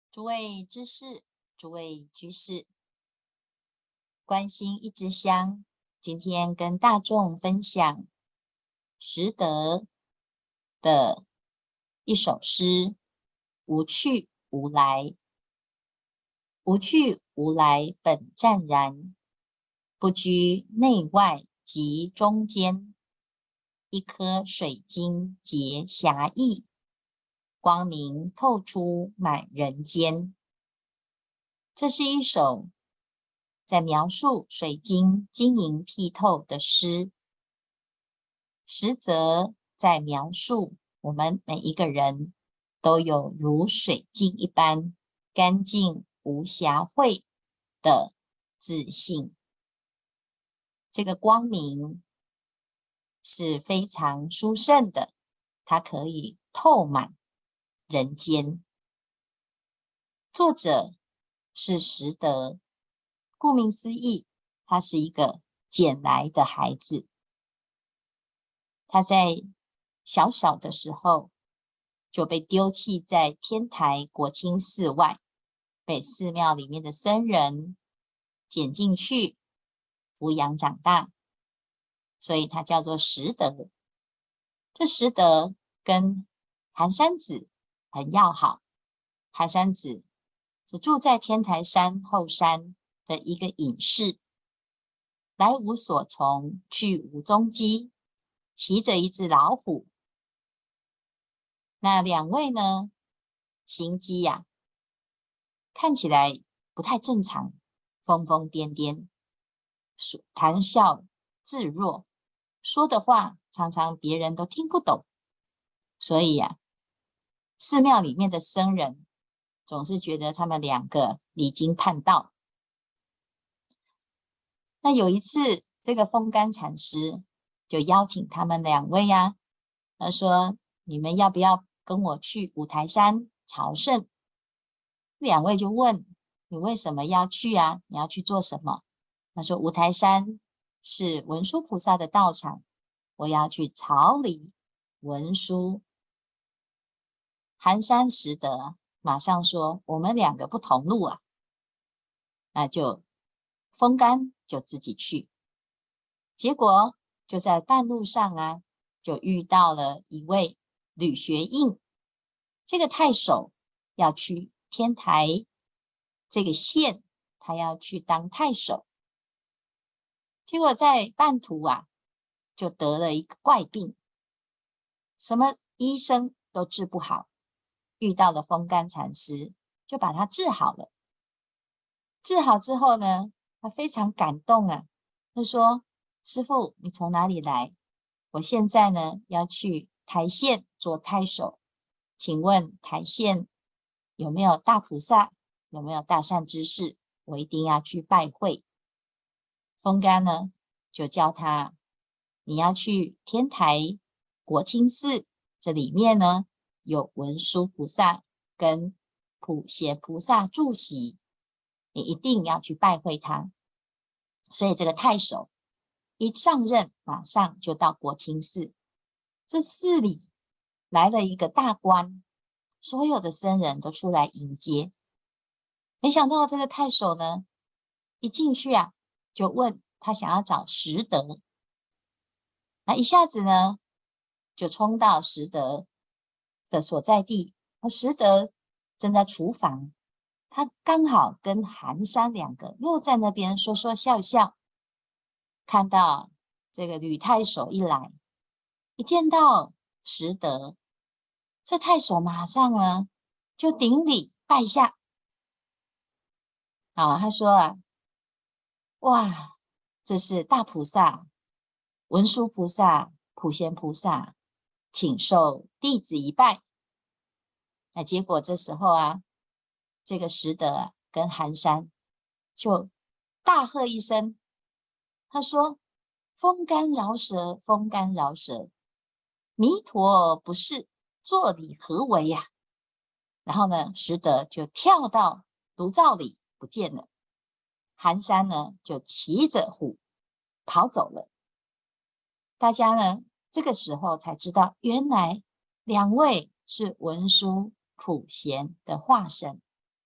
诸位知士，诸位居士，关心一支香，今天跟大众分享拾得的一首诗：无去无来，无去无来本湛然，不居内外及中间，一颗水晶结暇意，光明透出满人间。这是一首在描述水晶晶莹剔透的诗，实则在描述我们每一个人都有如水晶一般干净无瑕秽的自信。这个光明是非常殊胜的，它可以透满人间。作者是拾得，顾名思义，他是一个捡来的孩子。他在小小的时候就被丢弃在天台国清寺外，被寺庙里面的僧人捡进去抚养长大，所以他叫做拾得。这拾得跟寒山子很要好，寒山子是住在天台山后山的一个隐士，来无所从，去无踪迹，骑着一只老虎。那两位呢，行迹看起来不太正常，疯疯癫癫，谈笑自若，说的话常常别人都听不懂，所以寺庙里面的僧人总是觉得他们两个离经叛道。那有一次，这个风干禅师就邀请他们两位他说：“你们要不要跟我去五台山朝圣？”两位就问：“你为什么要去你要去做什么？”他说：“五台山是文殊菩萨的道场，我要去朝礼文殊。”寒山拾得马上说：“我们两个不同路那就风干就自己去。结果就在半路上就遇到了一位吕学应，这个太守要去天台这个县，他要去当太守。结果在半途就得了一个怪病，什么医生都治不好，遇到了风干禅师，就把他治好了。治好之后呢，他非常感动他说：“师父，你从哪里来？我现在呢要去台县做太守，请问台县有没有大菩萨，有没有大善知识？我一定要去拜会。”风干呢就叫他，你要去天台国清寺，这里面呢有文殊菩萨跟普贤菩萨住席，你一定要去拜会他。所以这个太守一上任，马上就到国清寺。这寺里来了一个大官，所有的僧人都出来迎接。没想到这个太守呢，一进去就问他想要找拾得。那一下子呢，就冲到拾得的所在地。拾得正在厨房，他刚好跟寒山两个又在那边说说笑笑。看到这个吕太守一来，一见到拾得，这太守马上呢就顶礼拜下。他说哇，这是大菩萨、文殊菩萨、普贤菩萨，请受弟子一拜。那结果这时候这个拾得跟寒山就大喝一声，他说：“风干饶舌，风干饶舌，弥陀不是，作礼何为呀？”然后呢，拾得就跳到炉灶里不见了。寒山呢就骑着虎跑走了。大家呢这个时候才知道，原来两位是文殊普贤的化身。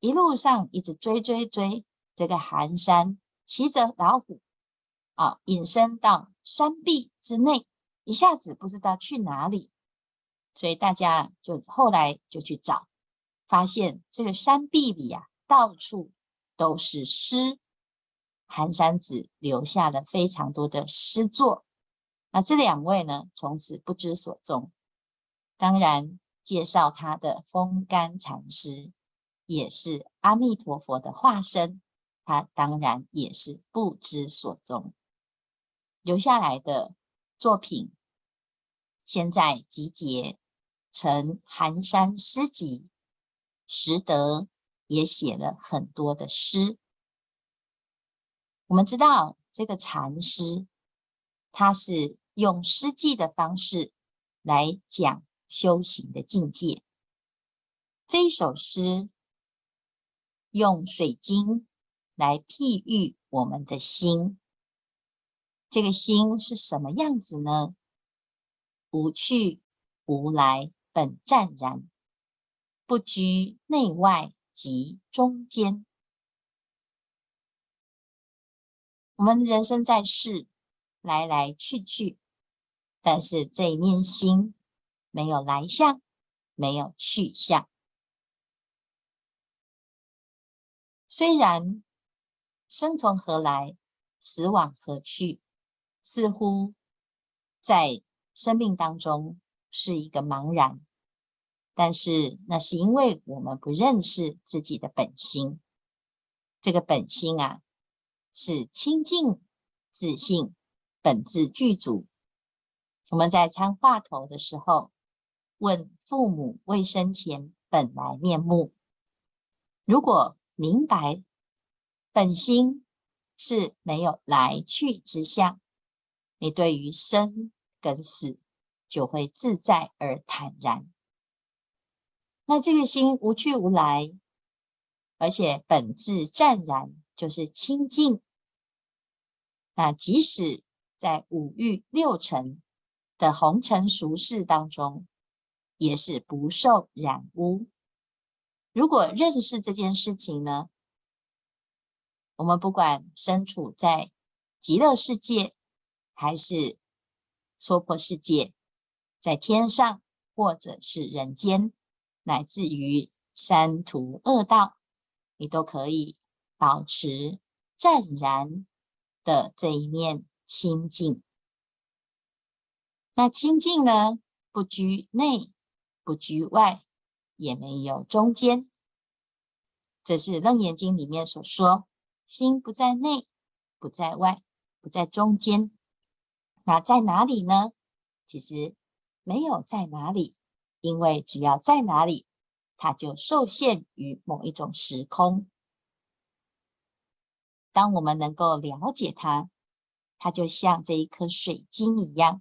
一路上一直追，这个寒山骑着老虎隐身到山壁之内，一下子不知道去哪里，所以大家就后来就去找，发现这个山壁里到处都是诗，寒山子留下了非常多的诗作。那这两位呢，从此不知所踪。当然，介绍他的风干禅师，也是阿弥陀佛的化身，他当然也是不知所踪。留下来的作品，现在集结成寒山诗集，拾得也写了很多的诗。我们知道这个禅师，他是用诗记的方式来讲修行的境界。这一首诗用水晶来譬喻我们的心，这个心是什么样子呢？无去无来本湛然，不拘内外即中间。我们人生在世，来来去去，但是这一念心没有来向，没有去向。虽然生从何来，死往何去，似乎在生命当中是一个茫然，但是那是因为我们不认识自己的本心。这个本心是清净自信，本自具足。我们在参话头的时候，问父母未生前本来面目。如果明白本心是没有来去之相，你对于生跟死就会自在而坦然。那这个心无去无来，而且本自湛然，就是清净。那即使在五欲六尘的红尘俗世当中，也是不受染污。如果认识这件事情呢，我们不管身处在极乐世界，还是娑婆世界，在天上或者是人间，乃至于三途恶道，你都可以保持湛然的这一面清净。那清净呢，不居内，不居外，也没有中间。这是楞严经里面所说，心不在内，不在外，不在中间。那在哪里呢？其实没有在哪里，因为只要在哪里，它就受限于某一种时空。当我们能够了解它，它就像这一颗水晶一样，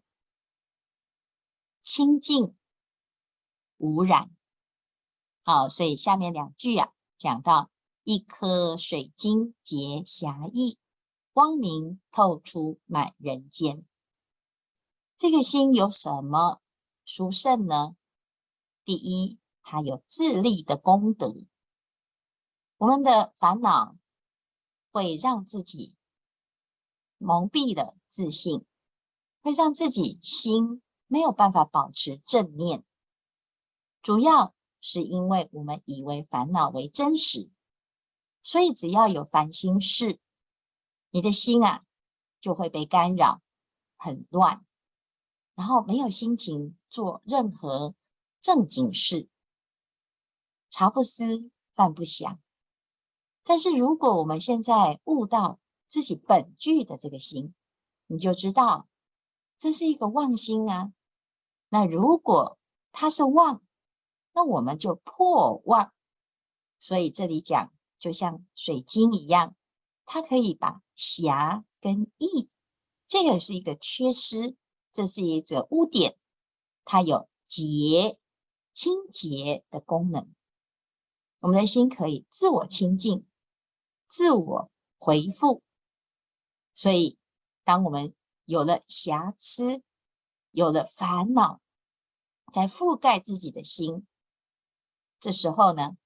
清净无染。好，所以下面两句讲到一颗水晶结霞溢，光明透出满人间。这个心有什么殊胜呢？第一，它有自利的功德。我们的烦恼会让自己蒙蔽了自信，会让自己心没有办法保持正念，主要是因为我们以为烦恼为真实，所以只要有烦心事，你的心就会被干扰，很乱，然后没有心情做任何正经事，茶不思饭不想。但是如果我们现在悟到自己本具的这个心，你就知道这是一个妄心那如果它是妄，那我们就破妄。所以这里讲就像水晶一样，它可以把霞跟溢，这个是一个缺失，这是一个污点，它有洁清洁的功能。我们的心可以自我清净，自我回复。所以当我们有了瑕疵，有了烦恼在覆盖自己的心，这时候呢，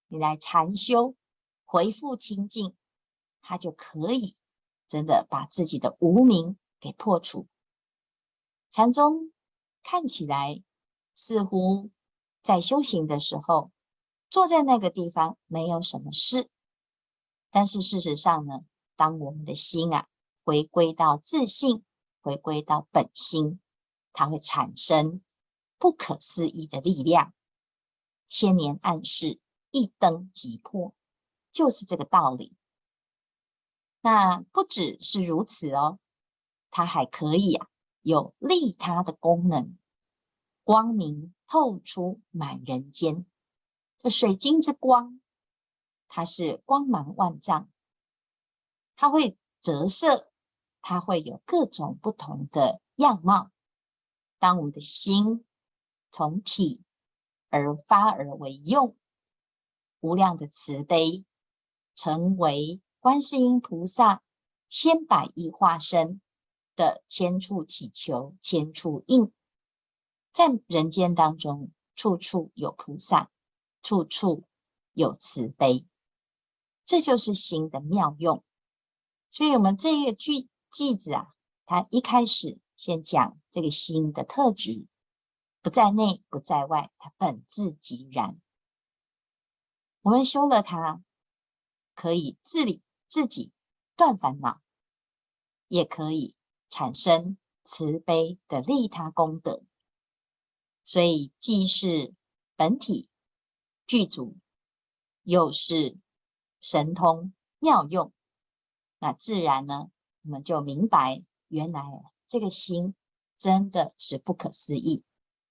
你来禅修，回复清净，他就可以真的把自己的无明给破除。禅宗看起来似乎在修行的时候，坐在那个地方没有什么事，但是事实上呢，当我们的心回归到自性，回归到本心，它会产生不可思议的力量。千年暗示，一灯即破，就是这个道理。那不只是如此哦，它还可以有利他的功能，光明透出满人间。这水晶之光，它是光芒万丈，它会折射，它会有各种不同的样貌。当我们的心从体而发而为用，无量的慈悲成为观世音菩萨千百亿化身的千处祈求，千处应。在人间当中，处处有菩萨，处处有慈悲，这就是心的妙用。所以我们这个句子它一开始先讲这个心的特质，不在内不在外，它本自即然。我们修了它，可以治理自己，断烦恼，也可以产生慈悲的利他功德。所以既是本体具足，又是神通妙用，那自然呢，我们就明白，原来这个心真的是不可思议。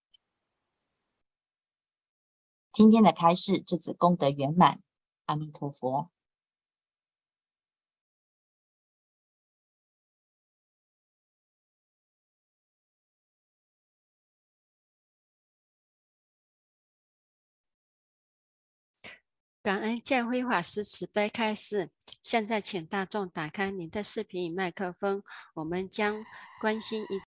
今天的开示，至此功德圆满，阿弥陀佛。 感恩建辉法师慈悲开示。现在请大众打开您的视频与麦克风，我们将关心一